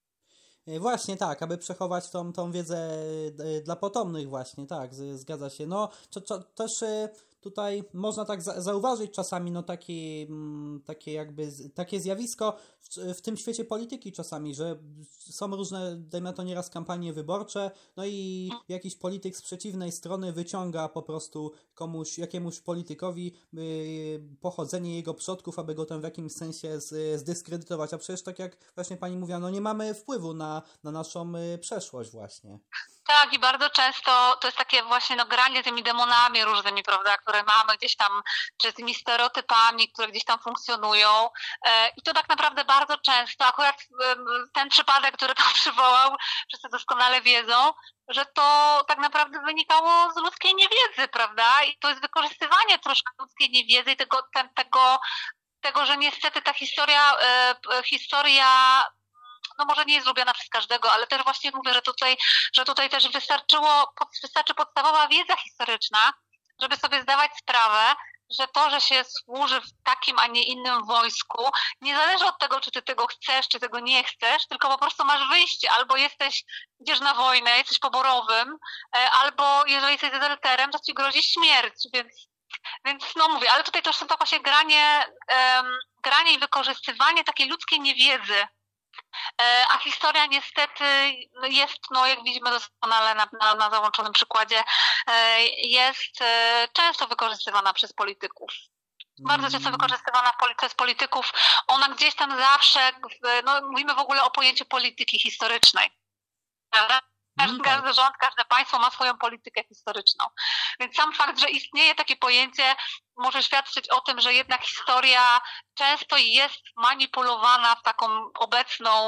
[SPEAKER 2] Właśnie tak, aby przechować tą, tą wiedzę dla potomnych właśnie, tak, zgadza się. No, to, to, też tutaj można tak zauważyć czasami, no takie, takie jakby, takie zjawisko w, w tym świecie polityki czasami, że są różne, dajmy na to nieraz kampanie wyborcze, no i jakiś polityk z przeciwnej strony wyciąga po prostu komuś, jakiemuś politykowi yy, pochodzenie jego przodków, aby go tam w jakimś sensie z, zdyskredytować, a przecież tak jak właśnie pani mówiła, no nie mamy wpływu na, na naszą yy, przeszłość właśnie.
[SPEAKER 1] Tak, i bardzo często to jest takie właśnie no, granie tymi demonami różnymi, prawda, które mamy gdzieś tam, czy tymi stereotypami, które gdzieś tam funkcjonują. I to tak naprawdę bardzo często, akurat ten przypadek, który tam przywołał, wszyscy doskonale wiedzą, że to tak naprawdę wynikało z ludzkiej niewiedzy, prawda? I to jest wykorzystywanie troszkę ludzkiej niewiedzy i tego, tego, tego że niestety ta historia, historia no może nie jest lubiana przez każdego, ale też właśnie mówię, że tutaj, że tutaj też wystarczyło, wystarczy podstawowa wiedza historyczna, żeby sobie zdawać sprawę, że to, że się służy w takim, a nie innym wojsku, nie zależy od tego, czy ty tego chcesz, czy tego nie chcesz, tylko po prostu masz wyjście. Albo jesteś, idziesz na wojnę, jesteś poborowym, albo jeżeli jesteś dezerterem, to ci grozi śmierć, więc Więc no mówię, ale tutaj też są to właśnie granie, um, granie i wykorzystywanie takiej ludzkiej niewiedzy. A historia niestety jest, no jak widzimy doskonale na, na, na załączonym przykładzie, jest często wykorzystywana przez polityków. Bardzo często wykorzystywana przez polityków. Ona gdzieś tam zawsze, no mówimy w ogóle o pojęciu polityki historycznej. Prawda? Każdy, każdy rząd, każde państwo ma swoją politykę historyczną. Więc sam fakt, że istnieje takie pojęcie, może świadczyć o tym, że jednak historia często jest manipulowana w taką obecną,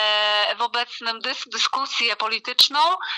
[SPEAKER 1] w obecnym dysk, dyskusję polityczną,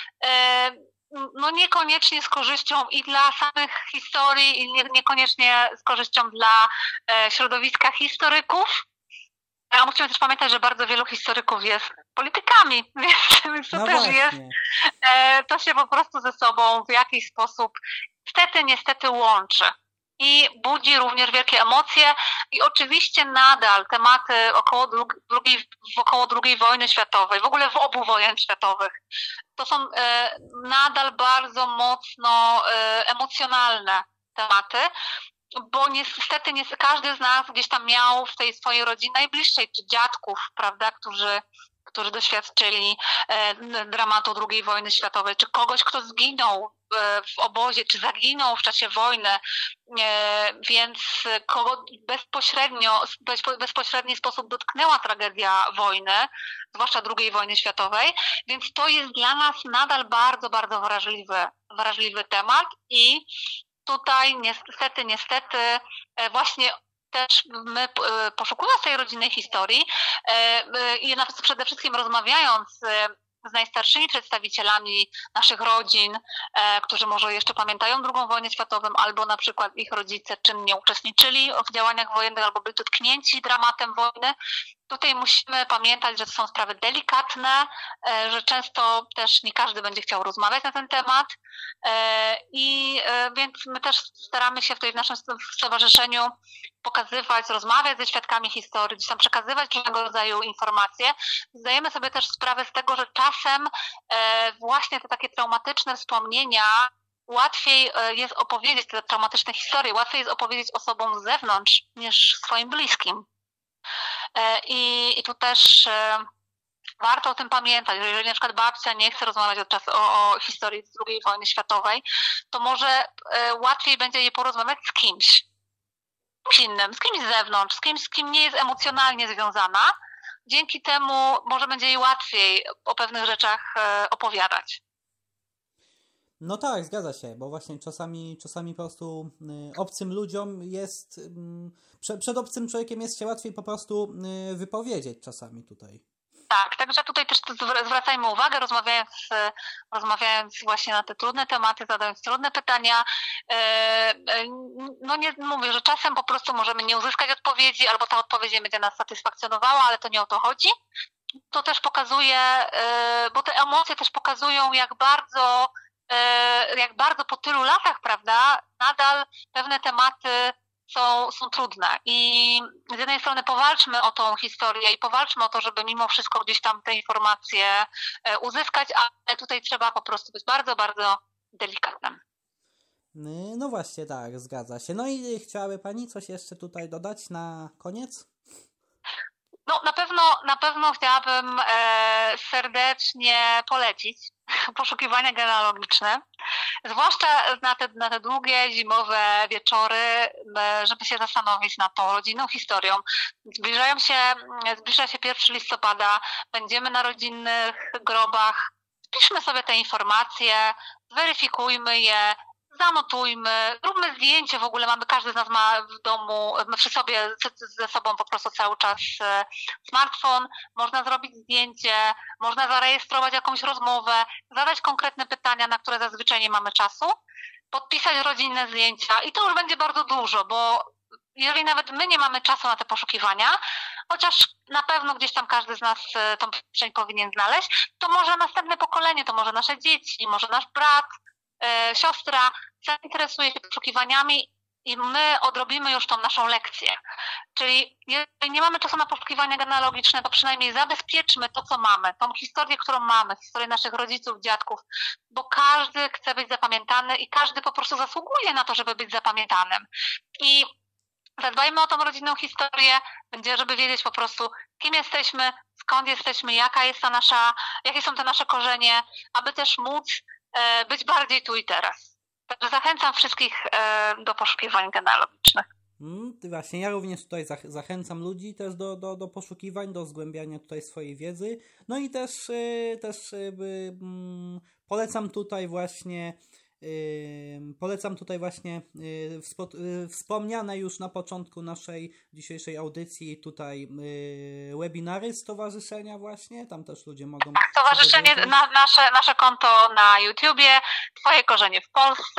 [SPEAKER 1] no niekoniecznie z korzyścią i dla samych historii, i nie, niekoniecznie z korzyścią dla środowiska historyków. A musimy też pamiętać, że bardzo wielu historyków jest politykami, więc to
[SPEAKER 2] No
[SPEAKER 1] też
[SPEAKER 2] właśnie.
[SPEAKER 1] jest, to się po prostu ze sobą w jakiś sposób niestety, niestety łączy. I budzi również wielkie emocje i oczywiście nadal tematy około drugiej, około drugiej wojny światowej, w ogóle w obu wojen światowych, to są e, nadal bardzo mocno e, emocjonalne tematy, bo niestety nie, każdy z nas gdzieś tam miał w tej swojej rodzinie najbliższej, czy dziadków, prawda, którzy którzy doświadczyli e, dramatu drugiej wojny światowej, czy kogoś, kto zginął e, w obozie, czy zaginął w czasie wojny, e, więc kogo bezpośrednio, bez, bezpośredni sposób dotknęła tragedia wojny, zwłaszcza drugiej wojny światowej, więc to jest dla nas nadal bardzo, bardzo wrażliwy, wrażliwy temat i tutaj niestety, niestety właśnie też my poszukując tej rodzinnej historii i przede wszystkim rozmawiając z najstarszymi przedstawicielami naszych rodzin, którzy może jeszcze pamiętają drugą wojnę światową, albo na przykład ich rodzice czynnie uczestniczyli w działaniach wojennych, albo byli dotknięci dramatem wojny. Tutaj musimy pamiętać, że to są sprawy delikatne, że często też nie każdy będzie chciał rozmawiać na ten temat i więc my też staramy się tutaj w naszym stowarzyszeniu pokazywać, rozmawiać ze świadkami historii, gdzieś tam przekazywać różnego rodzaju informacje. Zdajemy sobie też sprawę z tego, że czasem właśnie te takie traumatyczne wspomnienia łatwiej jest opowiedzieć, te traumatyczne historie, łatwiej jest opowiedzieć osobom z zewnątrz niż swoim bliskim. I, i tu też warto o tym pamiętać, że jeżeli na przykład babcia nie chce rozmawiać od czasu o, o historii z drugiej wojny światowej, to może łatwiej będzie jej porozmawiać z kimś, z kimś innym, z kimś z zewnątrz, z kimś, z kim nie jest emocjonalnie związana. Dzięki temu może będzie jej łatwiej o pewnych rzeczach opowiadać.
[SPEAKER 2] No tak, zgadza się, bo właśnie czasami, czasami po prostu y, obcym ludziom jest, y, prze, przed obcym człowiekiem jest się łatwiej po prostu y, wypowiedzieć czasami tutaj.
[SPEAKER 1] Tak, także tutaj też zwracajmy uwagę, rozmawiając, rozmawiając właśnie na te trudne tematy, zadając trudne pytania. No nie mówię, że czasem po prostu możemy nie uzyskać odpowiedzi, albo ta odpowiedź nie będzie nas satysfakcjonowała, ale to nie o to chodzi. To też pokazuje, bo te emocje też pokazują, jak bardzo jak bardzo po tylu latach, prawda, nadal pewne tematy są, są trudne i z jednej strony powalczmy o tą historię i powalczmy o to, żeby mimo wszystko gdzieś tam te informacje uzyskać, ale tutaj trzeba po prostu być bardzo, bardzo delikatnym.
[SPEAKER 2] No właśnie, tak, zgadza się. No i chciałaby Pani coś jeszcze tutaj dodać na koniec?
[SPEAKER 1] No na pewno, na pewno chciałabym e, serdecznie polecić poszukiwania genealogiczne, zwłaszcza na te, na te długie, zimowe wieczory, żeby się zastanowić nad tą rodzinną historią. Zbliżają się, zbliża się pierwszego listopada, będziemy na rodzinnych grobach, wpiszmy sobie te informacje, zweryfikujmy je, zanotujmy, róbmy zdjęcie, w ogóle mamy, każdy z nas ma w domu, przy sobie, ze sobą po prostu cały czas smartfon, można zrobić zdjęcie, można zarejestrować jakąś rozmowę, zadać konkretne pytania, na które zazwyczaj nie mamy czasu, podpisać rodzinne zdjęcia i to już będzie bardzo dużo, bo jeżeli nawet my nie mamy czasu na te poszukiwania, chociaż na pewno gdzieś tam każdy z nas tą przestrzeń powinien znaleźć, to może następne pokolenie, to może nasze dzieci, może nasz brat, siostra zainteresuje się poszukiwaniami i my odrobimy już tą naszą lekcję. Czyli jeżeli nie mamy czasu na poszukiwania genealogiczne, to przynajmniej zabezpieczmy to, co mamy, tą historię, którą mamy, historię naszych rodziców, dziadków, bo każdy chce być zapamiętany i każdy po prostu zasługuje na to, żeby być zapamiętanym. I zadbajmy o tą rodzinną historię, będzie, żeby wiedzieć po prostu, kim jesteśmy, skąd jesteśmy, jaka jest ta nasza, jakie są te nasze korzenie, aby też móc być bardziej tu i teraz. Także zachęcam wszystkich do poszukiwań genealogicznych.
[SPEAKER 2] Mm, właśnie, ja również tutaj zach- zachęcam ludzi też do, do, do poszukiwań, do zgłębiania tutaj swojej wiedzy. No i też, yy, też yy, yy, polecam tutaj właśnie Yy, polecam tutaj właśnie yy, wspo- yy, wspomniane już na początku naszej dzisiejszej audycji tutaj yy, webinary stowarzyszenia właśnie, tam też ludzie mogą...
[SPEAKER 1] Stowarzyszenie, na, nasze, nasze konto na YouTubie, Twoje korzenie w Polsce,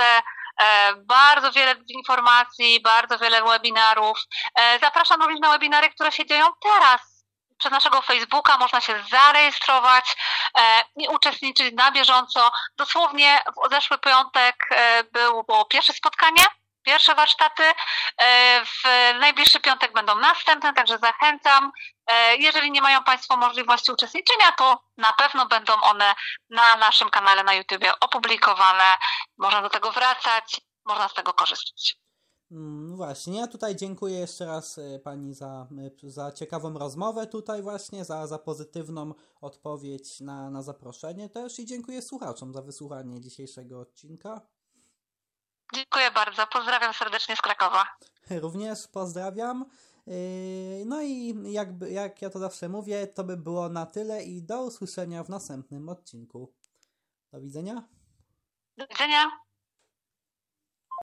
[SPEAKER 1] e, bardzo wiele informacji, bardzo wiele webinarów. E, zapraszam również na webinary, które się dzieją teraz, przez naszego Facebooka można się zarejestrować i uczestniczyć na bieżąco. Dosłownie w zeszły piątek było, było pierwsze spotkanie, pierwsze warsztaty. W najbliższy piątek będą następne, także zachęcam. Jeżeli nie mają Państwo możliwości uczestniczenia, to na pewno będą one na naszym kanale na YouTubie opublikowane. Można do tego wracać, można z tego korzystać.
[SPEAKER 2] No właśnie, ja tutaj dziękuję jeszcze raz Pani za, za ciekawą rozmowę tutaj właśnie, za, za pozytywną odpowiedź na, na zaproszenie też i dziękuję słuchaczom za wysłuchanie dzisiejszego odcinka.
[SPEAKER 1] Dziękuję bardzo, pozdrawiam serdecznie z Krakowa.
[SPEAKER 2] Również pozdrawiam. No i jakby, jak ja to zawsze mówię, to by było na tyle i do usłyszenia w następnym odcinku. Do widzenia.
[SPEAKER 1] Do widzenia.